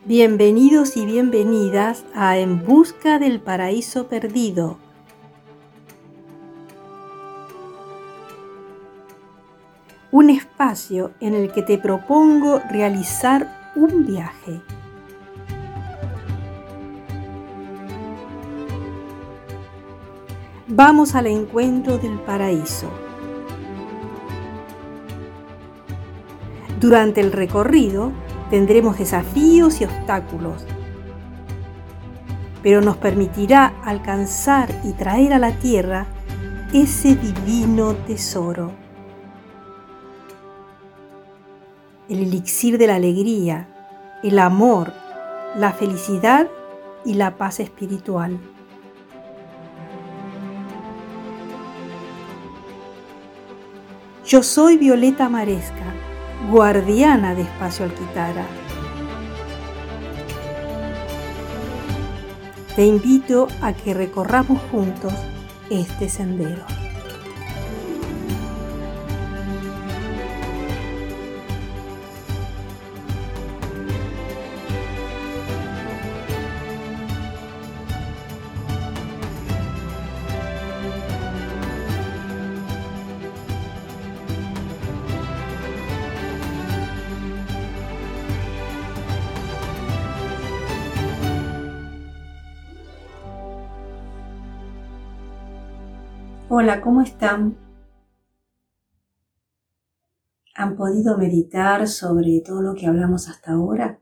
Bienvenidos y bienvenidas a En Busca del Paraíso Perdido. Un espacio en el que te propongo realizar un viaje. Vamos al encuentro del paraíso. Durante el recorrido tendremos desafíos y obstáculos, pero nos permitirá alcanzar y traer a la tierra ese divino tesoro. El elixir de la alegría, el amor, la felicidad y la paz espiritual. Yo soy Violeta Maresca, guardiana de Espacio Alquitara. Te invito a que recorramos juntos este sendero. Hola, ¿cómo están? ¿Han podido meditar sobre todo lo que hablamos hasta ahora?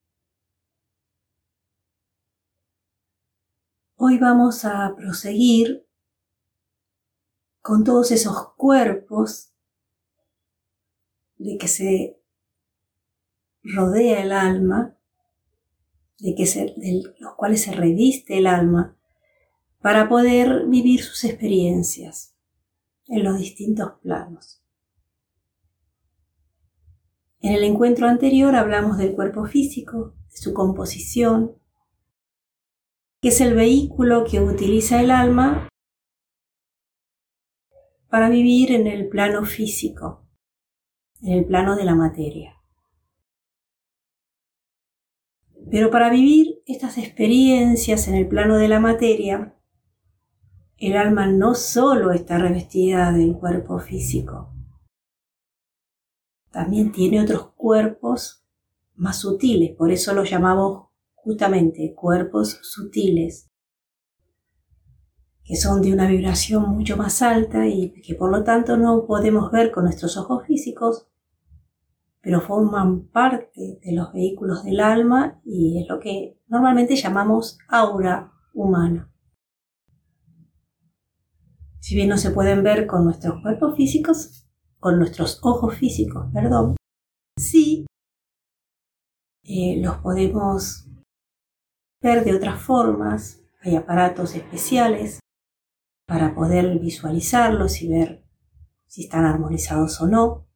Hoy vamos a proseguir con todos esos cuerpos de que se rodea el alma, de los cuales se reviste el alma, para poder vivir sus experiencias en los distintos planos. En el encuentro anterior hablamos del cuerpo físico, de su composición, que es el vehículo que utiliza el alma para vivir en el plano físico, en el plano de la materia. Pero para vivir estas experiencias en el plano de la materia, el alma no solo está revestida del cuerpo físico, también tiene otros cuerpos más sutiles, por eso los llamamos justamente cuerpos sutiles, que son de una vibración mucho más alta y que por lo tanto no podemos ver con nuestros ojos físicos, pero forman parte de los vehículos del alma y es lo que normalmente llamamos aura humana. Si bien no se pueden ver con nuestros cuerpos físicos, con nuestros ojos físicos, sí los podemos ver de otras formas. Hay aparatos especiales para poder visualizarlos y ver si están armonizados o no.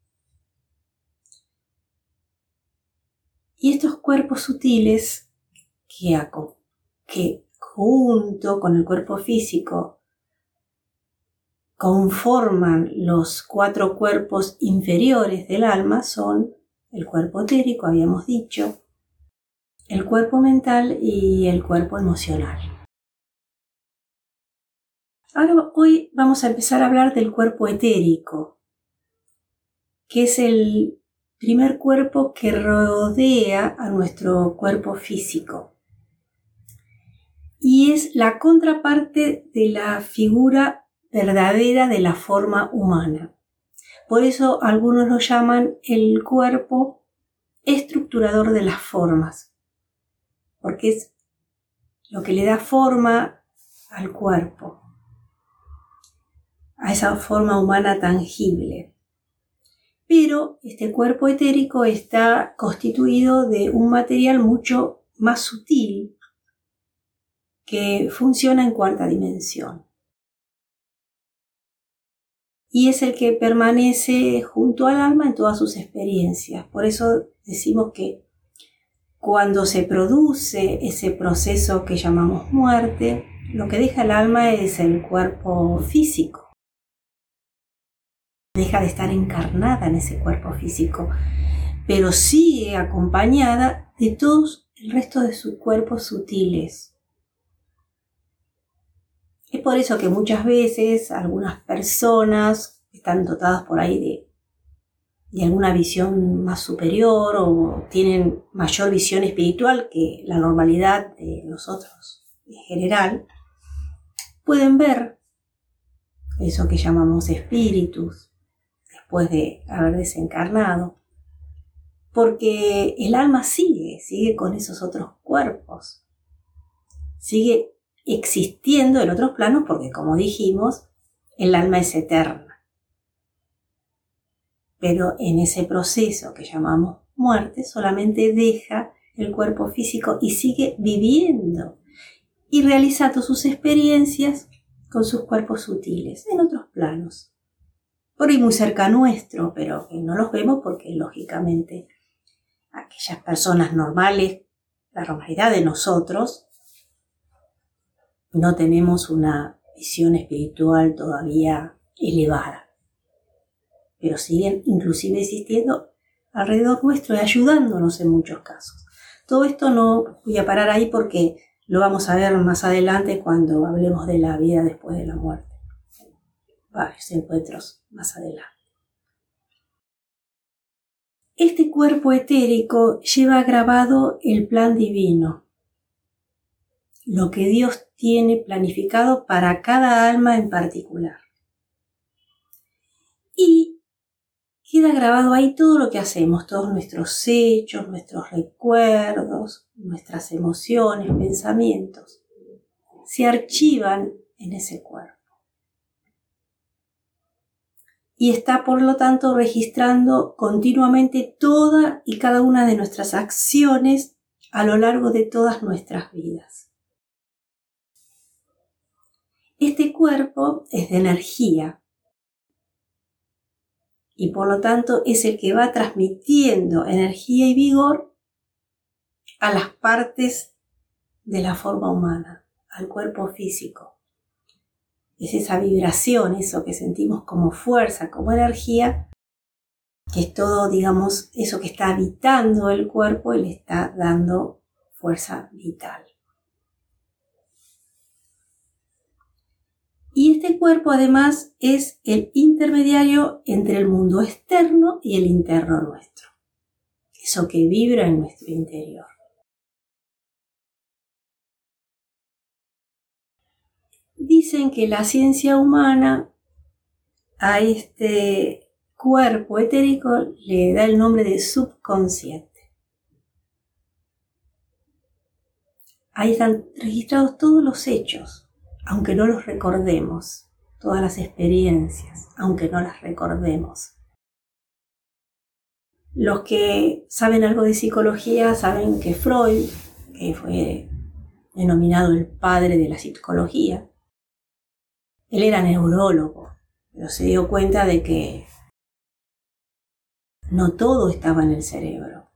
Y estos cuerpos sutiles que junto con el cuerpo físico conforman los 4 cuerpos inferiores del alma son el cuerpo etérico, habíamos dicho, el cuerpo mental y el cuerpo emocional. Ahora hoy vamos a empezar a hablar del cuerpo etérico, que es el primer cuerpo que rodea a nuestro cuerpo físico. Y es la contraparte de la figura verdadera de la forma humana. Por eso algunos lo llaman el cuerpo estructurador de las formas, porque es lo que le da forma al cuerpo, a esa forma humana tangible. Pero este cuerpo etérico está constituido de un material mucho más sutil que funciona en 4ª dimensión. Y es el que permanece junto al alma en todas sus experiencias. Por eso decimos que cuando se produce ese proceso que llamamos muerte, lo que deja el alma es el cuerpo físico. Deja de estar encarnada en ese cuerpo físico, pero sigue acompañada de todos el resto de sus cuerpos sutiles. Es por eso que muchas veces algunas personas están dotadas por ahí de alguna visión más superior o tienen mayor visión espiritual que la normalidad de nosotros en general, pueden ver eso que llamamos espíritus después de haber desencarnado, porque el alma sigue con esos otros cuerpos, sigue existiendo en otros planos porque, como dijimos, el alma es eterna. Pero en ese proceso que llamamos muerte solamente deja el cuerpo físico y sigue viviendo y realizando sus experiencias con sus cuerpos sutiles en otros planos. Por ahí muy cerca nuestro, pero que no los vemos porque lógicamente aquellas personas normales, la normalidad de nosotros, no tenemos una visión espiritual todavía elevada. Pero siguen inclusive existiendo alrededor nuestro y ayudándonos en muchos casos. Todo esto no voy a parar ahí porque lo vamos a ver más adelante cuando hablemos de la vida después de la muerte. Varios encuentros más adelante. Este cuerpo etérico lleva grabado el plan divino, lo que Dios tiene planificado para cada alma en particular. Y queda grabado ahí todo lo que hacemos, todos nuestros hechos, nuestros recuerdos, nuestras emociones, pensamientos. Se archivan en ese cuerpo. Y está, por lo tanto, registrando continuamente toda y cada una de nuestras acciones a lo largo de todas nuestras vidas. Este cuerpo es de energía. Y por lo tanto es el que va transmitiendo energía y vigor a las partes de la forma humana, al cuerpo físico. Es esa vibración, eso que sentimos como fuerza, como energía, que es todo, digamos, eso que está habitando el cuerpo y le está dando fuerza vital. Y este cuerpo además es el intermediario entre el mundo externo y el interno nuestro. Eso que vibra en nuestro interior. Dicen que la ciencia humana a este cuerpo etérico le da el nombre de subconsciente. Ahí están registrados todos los hechos, aunque no los recordemos, todas las experiencias, aunque no las recordemos. Los que saben algo de psicología saben que Freud, que fue denominado el padre de la psicología, él era neurólogo, pero se dio cuenta de que no todo estaba en el cerebro.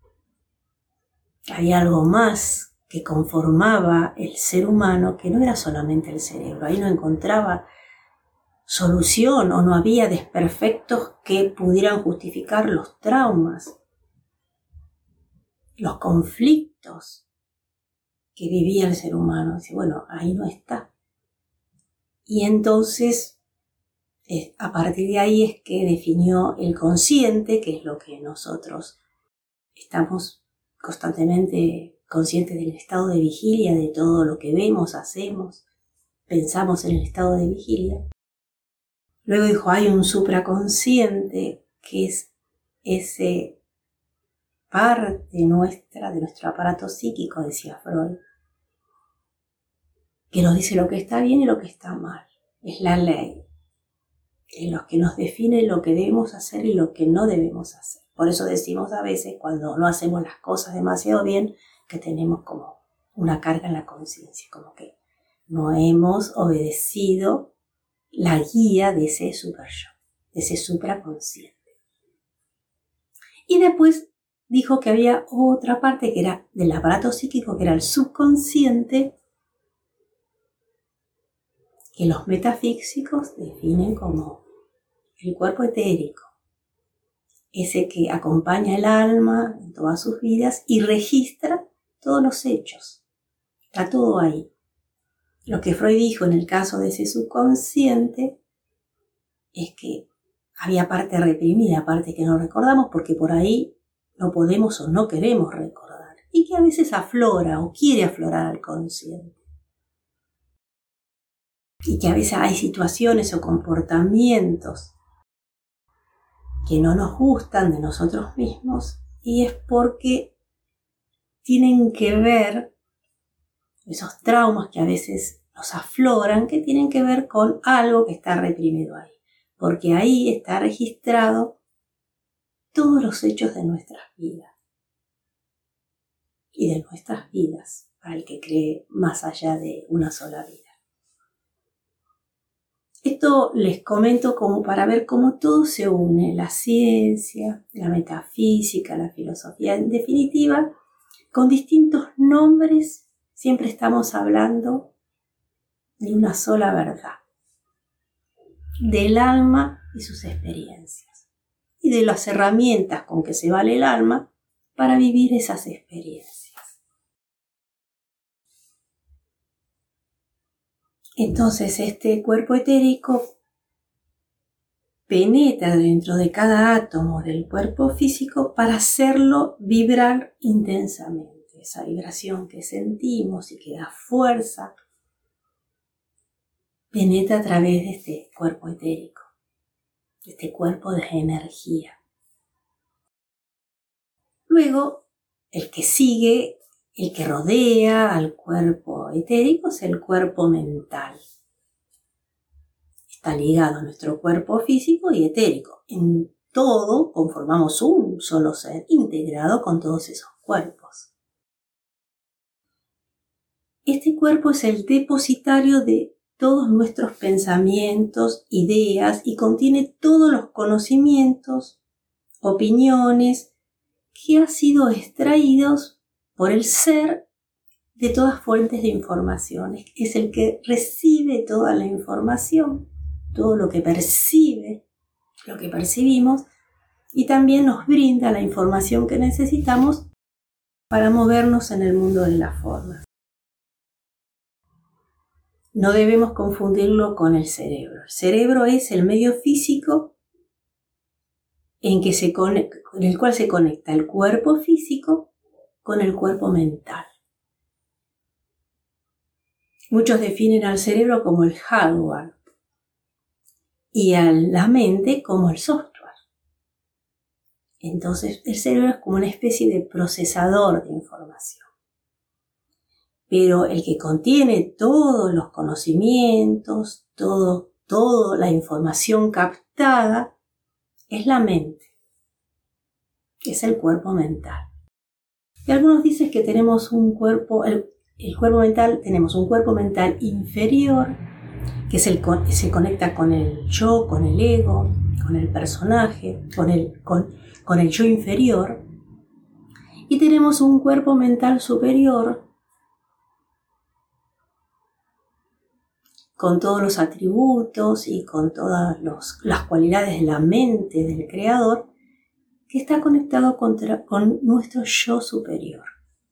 Había algo más que conformaba el ser humano, que no era solamente el cerebro. Ahí no encontraba solución o no había desperfectos que pudieran justificar los traumas, los conflictos que vivía el ser humano. Dice, bueno, ahí no está. Y entonces, a partir de ahí es que definió el consciente, que es lo que nosotros estamos constantemente conscientes del estado de vigilia, de todo lo que vemos, hacemos, pensamos en el estado de vigilia. Luego dijo, hay un supraconsciente, que es ese parte nuestra, de nuestro aparato psíquico, decía Freud, que nos dice lo que está bien y lo que está mal. Es la ley, es lo que nos define lo que debemos hacer y lo que no debemos hacer. Por eso decimos a veces, cuando no hacemos las cosas demasiado bien, que tenemos como una carga en la conciencia, como que no hemos obedecido la guía de ese super yo, de ese supraconsciente. Y después dijo que había otra parte que era del aparato psíquico, que era el subconsciente, que los metafísicos definen como el cuerpo etérico, ese que acompaña el alma en todas sus vidas y registra todos los hechos. Está todo ahí. Lo que Freud dijo en el caso de ese subconsciente es que había parte reprimida, parte que no recordamos porque por ahí no podemos o no queremos recordar. Y que a veces aflora o quiere aflorar al consciente. Y que a veces hay situaciones o comportamientos que no nos gustan de nosotros mismos y es porque tienen que ver, esos traumas que a veces nos afloran, que tienen que ver con algo que está reprimido ahí. Porque ahí está registrado todos los hechos de nuestras vidas y de nuestras vidas, para el que cree más allá de una sola vida. Esto les comento como para ver cómo todo se une, la ciencia, la metafísica, la filosofía, en definitiva, con distintos nombres, siempre estamos hablando de una sola verdad, del alma y sus experiencias, y de las herramientas con que se vale el alma para vivir esas experiencias. Entonces este cuerpo etérico penetra dentro de cada átomo del cuerpo físico para hacerlo vibrar intensamente. Esa vibración que sentimos y que da fuerza penetra a través de este cuerpo etérico, de este cuerpo de energía. Luego, el que sigue, el que rodea al cuerpo etérico es el cuerpo mental. Está ligado a nuestro cuerpo físico y etérico. En todo conformamos un solo ser integrado con todos esos cuerpos. Este cuerpo es el depositario de todos nuestros pensamientos, ideas y contiene todos los conocimientos, opiniones que han sido extraídos por el ser de todas fuentes de información. Es el que recibe toda la información, todo lo que percibe, lo que percibimos, y también nos brinda la información que necesitamos para movernos en el mundo de las formas. No debemos confundirlo con el cerebro. El cerebro es el medio físico en el cual se conecta el cuerpo físico con el cuerpo mental. Muchos definen al cerebro como el hardware y a la mente como el software. Entonces el cerebro es como una especie de procesador de información. Pero el que contiene todos los conocimientos, toda la información captada, es la mente, es el cuerpo mental. Y algunos dicen que tenemos un cuerpo, el cuerpo mental, tenemos un cuerpo mental inferior, que se conecta con el yo, con el ego, con el personaje, con el yo inferior. Y tenemos un cuerpo mental superior, con todos los atributos y con todas las cualidades de la mente del creador, que está conectado con nuestro yo superior.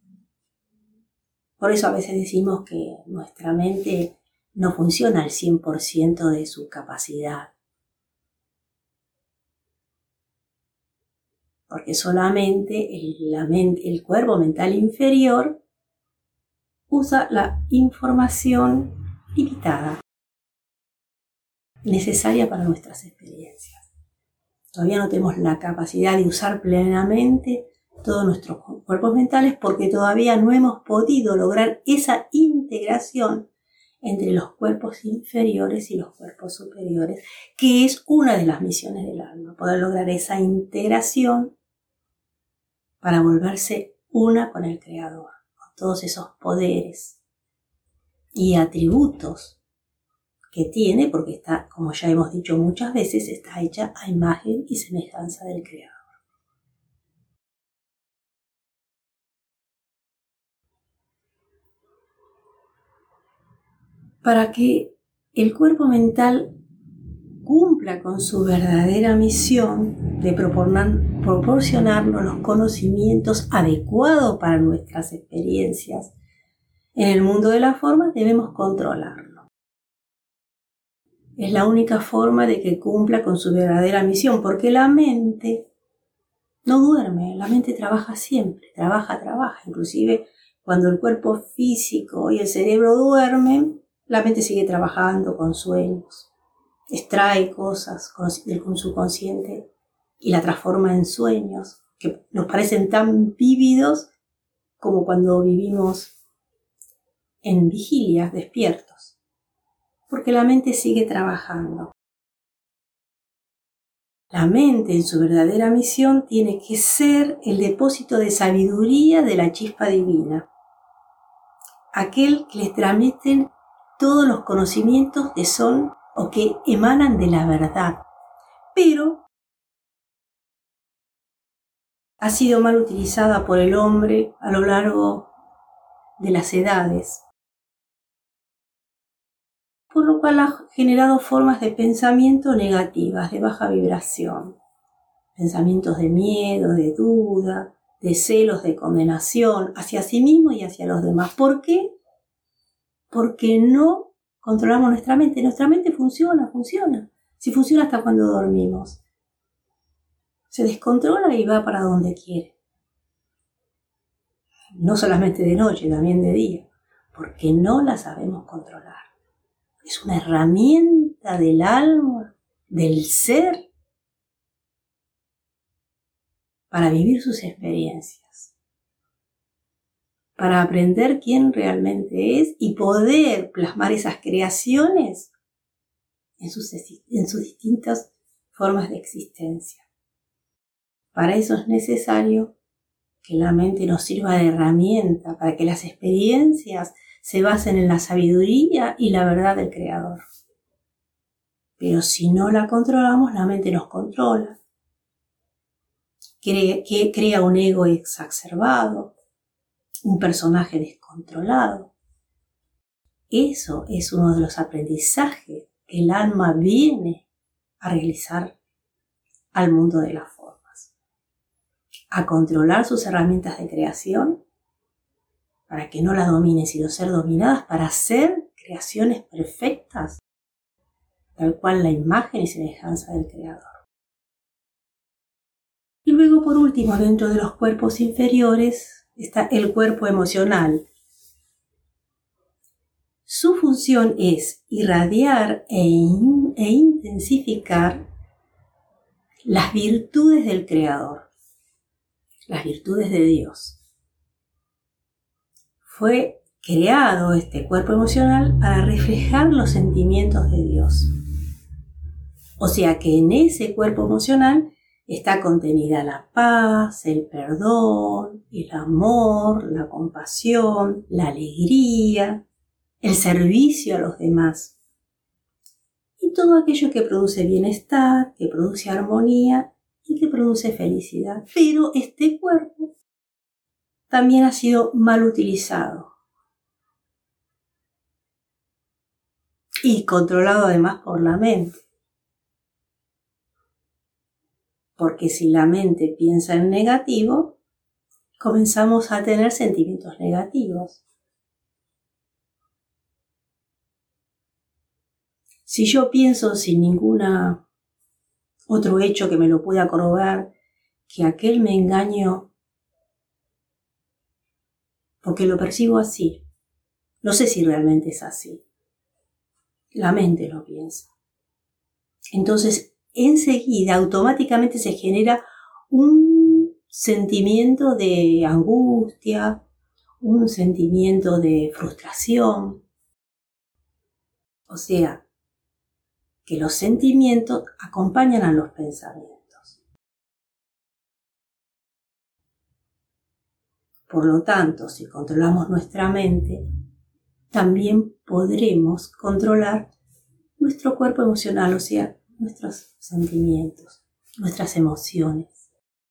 Por eso a veces decimos que nuestra mente no funciona al 100% de su capacidad. Porque solamente el cuerpo mental inferior usa la información limitada, necesaria para nuestras experiencias. Todavía no tenemos la capacidad de usar plenamente todos nuestros cuerpos mentales porque todavía no hemos podido lograr esa integración entre los cuerpos inferiores y los cuerpos superiores, que es una de las misiones del alma, poder lograr esa integración para volverse una con el Creador, con todos esos poderes y atributos que tiene, porque está, como ya hemos dicho muchas veces, está hecha a imagen y semejanza del Creador. Para que el cuerpo mental cumpla con su verdadera misión de proporcionarnos los conocimientos adecuados para nuestras experiencias en el mundo de la forma, debemos controlarlo. Es la única forma de que cumpla con su verdadera misión, porque la mente no duerme, la mente trabaja siempre, trabaja, inclusive cuando el cuerpo físico y el cerebro duermen, la mente sigue trabajando con sueños, extrae cosas con su subconsciente y la transforma en sueños que nos parecen tan vívidos como cuando vivimos en vigilia, despiertos, porque la mente sigue trabajando. La mente en su verdadera misión tiene que ser el depósito de sabiduría de la chispa divina, aquel que les transmiten todos los conocimientos que son o que emanan de la verdad, pero ha sido mal utilizada por el hombre a lo largo de las edades, por lo cual ha generado formas de pensamiento negativas, de baja vibración, pensamientos de miedo, de duda, de celos, de condenación hacia sí mismo y hacia los demás. ¿Por qué? Porque no controlamos nuestra mente. Nuestra mente funciona. Si funciona hasta cuando dormimos. Se descontrola y va para donde quiere. No solamente de noche, también de día, porque no la sabemos controlar. Es una herramienta del alma, del ser, para vivir sus experiencias, para aprender quién realmente es y poder plasmar esas creaciones en sus distintas formas de existencia. Para eso es necesario que la mente nos sirva de herramienta para que las experiencias se basen en la sabiduría y la verdad del Creador. Pero si no la controlamos, la mente nos controla. Crea un ego exacerbado, un personaje descontrolado. Eso es uno de los aprendizajes que el alma viene a realizar al mundo de las formas. A controlar sus herramientas de creación para que no las dominen, sino ser dominadas para hacer creaciones perfectas, tal cual la imagen y semejanza del Creador. Y luego, por último, dentro de los cuerpos inferiores está el cuerpo emocional. Su función es irradiar e intensificar las virtudes del Creador, las virtudes de Dios. Fue creado este cuerpo emocional para reflejar los sentimientos de Dios. O sea que en ese cuerpo emocional está contenida la paz, el perdón, el amor, la compasión, la alegría, el servicio a los demás. Y todo aquello que produce bienestar, que produce armonía y que produce felicidad. Pero este cuerpo también ha sido mal utilizado y controlado además por la mente. Porque si la mente piensa en negativo, comenzamos a tener sentimientos negativos. Si yo pienso sin ningún otro hecho que me lo pueda corroborar, que aquel me engañó, porque lo percibo así, no sé si realmente es así. La mente lo piensa. Entonces, enseguida, automáticamente se genera un sentimiento de angustia, un sentimiento de frustración. O sea, que los sentimientos acompañan a los pensamientos. Por lo tanto, si controlamos nuestra mente, también podremos controlar nuestro cuerpo emocional, o sea, nuestros sentimientos, nuestras emociones,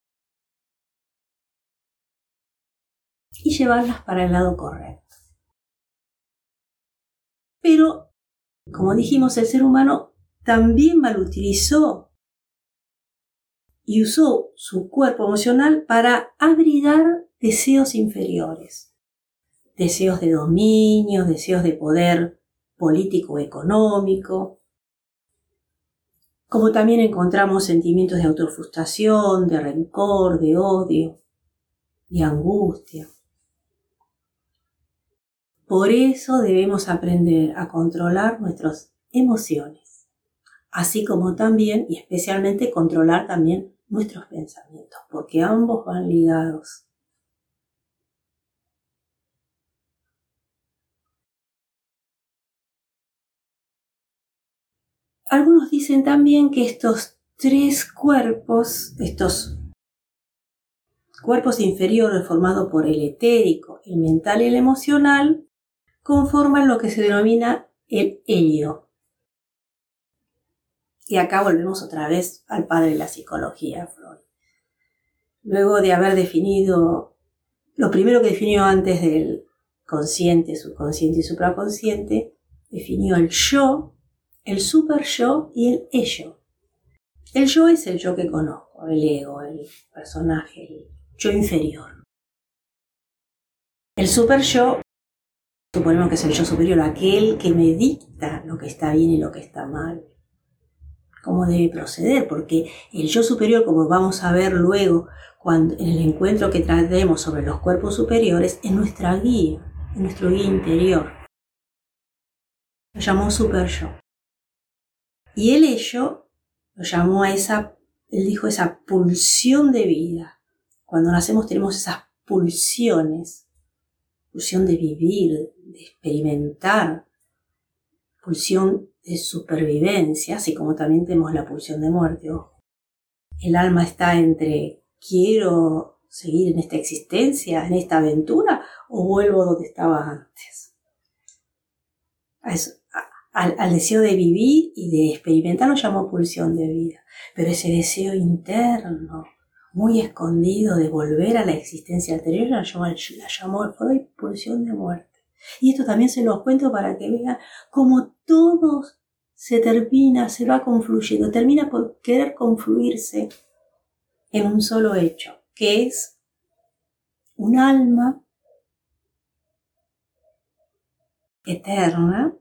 y llevarlas para el lado correcto. Pero, como dijimos, el ser humano también malutilizó y usó su cuerpo emocional para abrigar deseos inferiores, deseos de dominio, deseos de poder político o económico, como también encontramos sentimientos de autofrustración, de rencor, de odio, de angustia. Por eso debemos aprender a controlar nuestras emociones, así como también y especialmente controlar también nuestros pensamientos, porque ambos van ligados. Algunos dicen también que estos tres cuerpos, estos cuerpos inferiores formados por el etérico, el mental y el emocional, conforman lo que se denomina el helio. Y acá volvemos otra vez al padre de la psicología, Freud. Luego de haber definido, lo primero que definió antes del consciente, subconsciente y supraconsciente, definió el yo, el super yo y el ello. El yo es el yo que conozco, el ego, el personaje, el yo inferior. El super yo, suponemos que es el yo superior, aquel que me dicta lo que está bien y lo que está mal, cómo debe proceder, porque el yo superior, como vamos a ver luego en el encuentro que tratemos sobre los cuerpos superiores, es nuestra guía, es nuestro guía interior. Lo llamó super yo. Y el ello lo llamó él dijo esa pulsión de vida. Cuando nacemos tenemos esas pulsiones, pulsión de vivir, de experimentar, pulsión de supervivencia, así como también tenemos la pulsión de muerte. El alma está entre quiero seguir en esta existencia, en esta aventura, o vuelvo donde estaba antes. Al deseo de vivir y de experimentar lo llamó pulsión de vida, pero ese deseo interno, muy escondido de volver a la existencia anterior, la llamó Freud pulsión de muerte. Y esto también se los cuento para que vean cómo todo se va confluyendo, termina por querer confluirse en un solo hecho, que es un alma eterna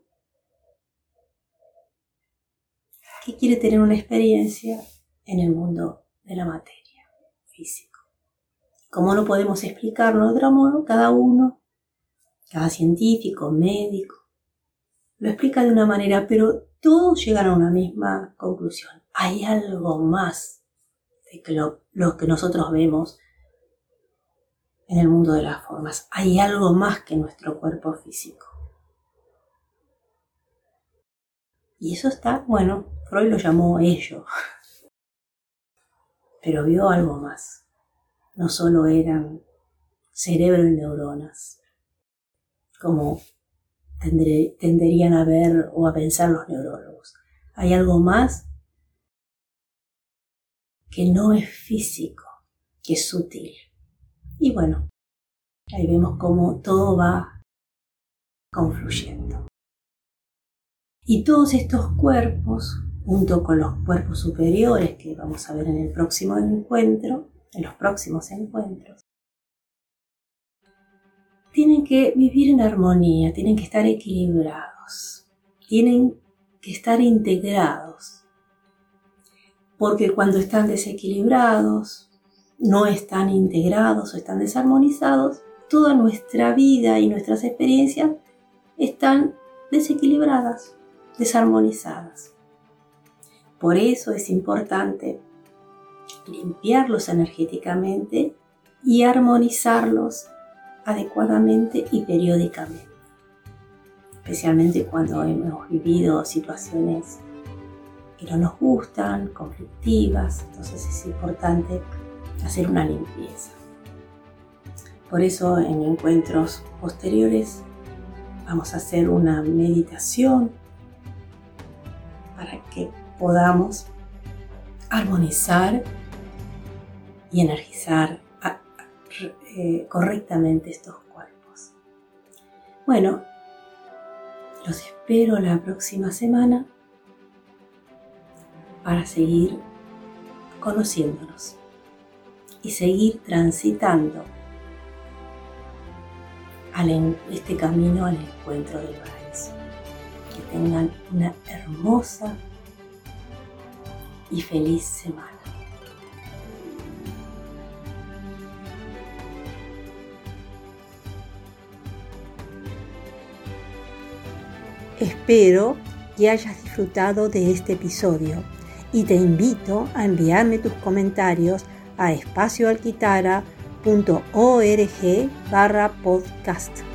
que quiere tener una experiencia en el mundo de la materia físico. Como no podemos explicarlo de otro modo, cada científico, médico, lo explica de una manera, pero todos llegan a una misma conclusión. Hay algo más de lo que nosotros vemos en el mundo de las formas. Hay algo más que nuestro cuerpo físico. Y eso está, bueno, Freud lo llamó ello, pero vio algo más. No solo eran cerebro y neuronas, como tenderían a ver o a pensar los neurólogos. Hay algo más que no es físico, que es sutil. Y bueno, ahí vemos cómo todo va confluyendo. Y todos estos cuerpos, junto con los cuerpos superiores que vamos a ver en el próximo encuentro, en los próximos encuentros, tienen que vivir en armonía, tienen que estar equilibrados, tienen que estar integrados. Porque cuando están desequilibrados, no están integrados o están desarmonizados, toda nuestra vida y nuestras experiencias están desequilibradas, desarmonizadas. Por eso es importante limpiarlos energéticamente y armonizarlos adecuadamente y periódicamente, especialmente cuando hemos vivido situaciones que no nos gustan, conflictivas. Entonces es importante hacer una limpieza. Por eso en encuentros posteriores vamos a hacer una meditación para que podamos armonizar y energizar correctamente estos cuerpos. Bueno, los espero la próxima semana para seguir conociéndonos y seguir transitando este camino al encuentro del paraíso. Que tengan una hermosa y feliz semana. Espero que hayas disfrutado de este episodio y te invito a enviarme tus comentarios a espacioalquitara.org/podcast.